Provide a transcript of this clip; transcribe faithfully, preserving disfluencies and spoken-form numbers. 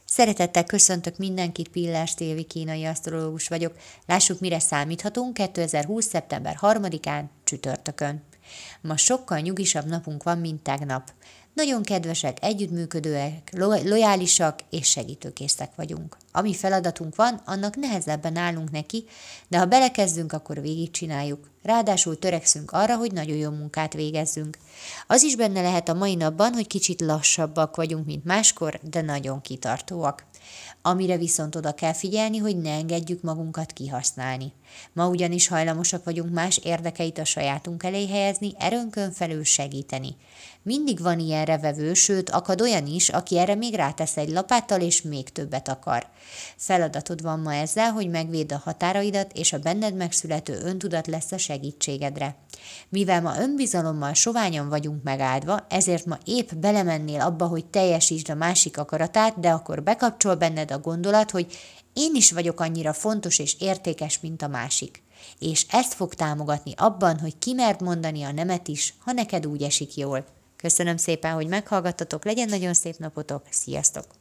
Szeretettel köszöntök mindenkit, Pillás Tilvi kínai asztrológus vagyok. Lássuk, mire számíthatunk kétezer-húsz. szeptember harmadikán, csütörtökön. Ma sokkal nyugisabb napunk van, mint tegnap. Nagyon kedvesek, együttműködőek, lo- lojálisak és segítőkészek vagyunk. Ami feladatunk van, annak nehezebben állunk neki, de ha belekezdünk, akkor végigcsináljuk. Ráadásul törekszünk arra, hogy nagyon jó munkát végezzünk. Az is benne lehet a mai napban, hogy kicsit lassabbak vagyunk, mint máskor, de nagyon kitartóak. Amire viszont oda kell figyelni, hogy ne engedjük magunkat kihasználni. Ma ugyanis hajlamosak vagyunk más érdekeit a sajátunk elé helyezni, erőnkön felül segíteni. Mindig van ilyenre vevő, sőt, akad olyan is, aki erre még rátesz egy lapáttal, és még többet akar. Feladatod van ma ezzel, hogy megvédd a határaidat, és a benned megszülető öntudat lesz a segítségedre. Mivel ma önbizalommal soványan vagyunk megáldva, ezért ma épp belemennél abba, hogy teljesítsd a másik akaratát, de akkor bekapcsol benned a gondolat, hogy én is vagyok annyira fontos és értékes, mint a másik. És ezt fog támogatni abban, hogy kimerd mondani a nemet is, ha neked úgy esik jól. Köszönöm szépen, hogy meghallgattatok, legyen nagyon szép napotok, sziasztok!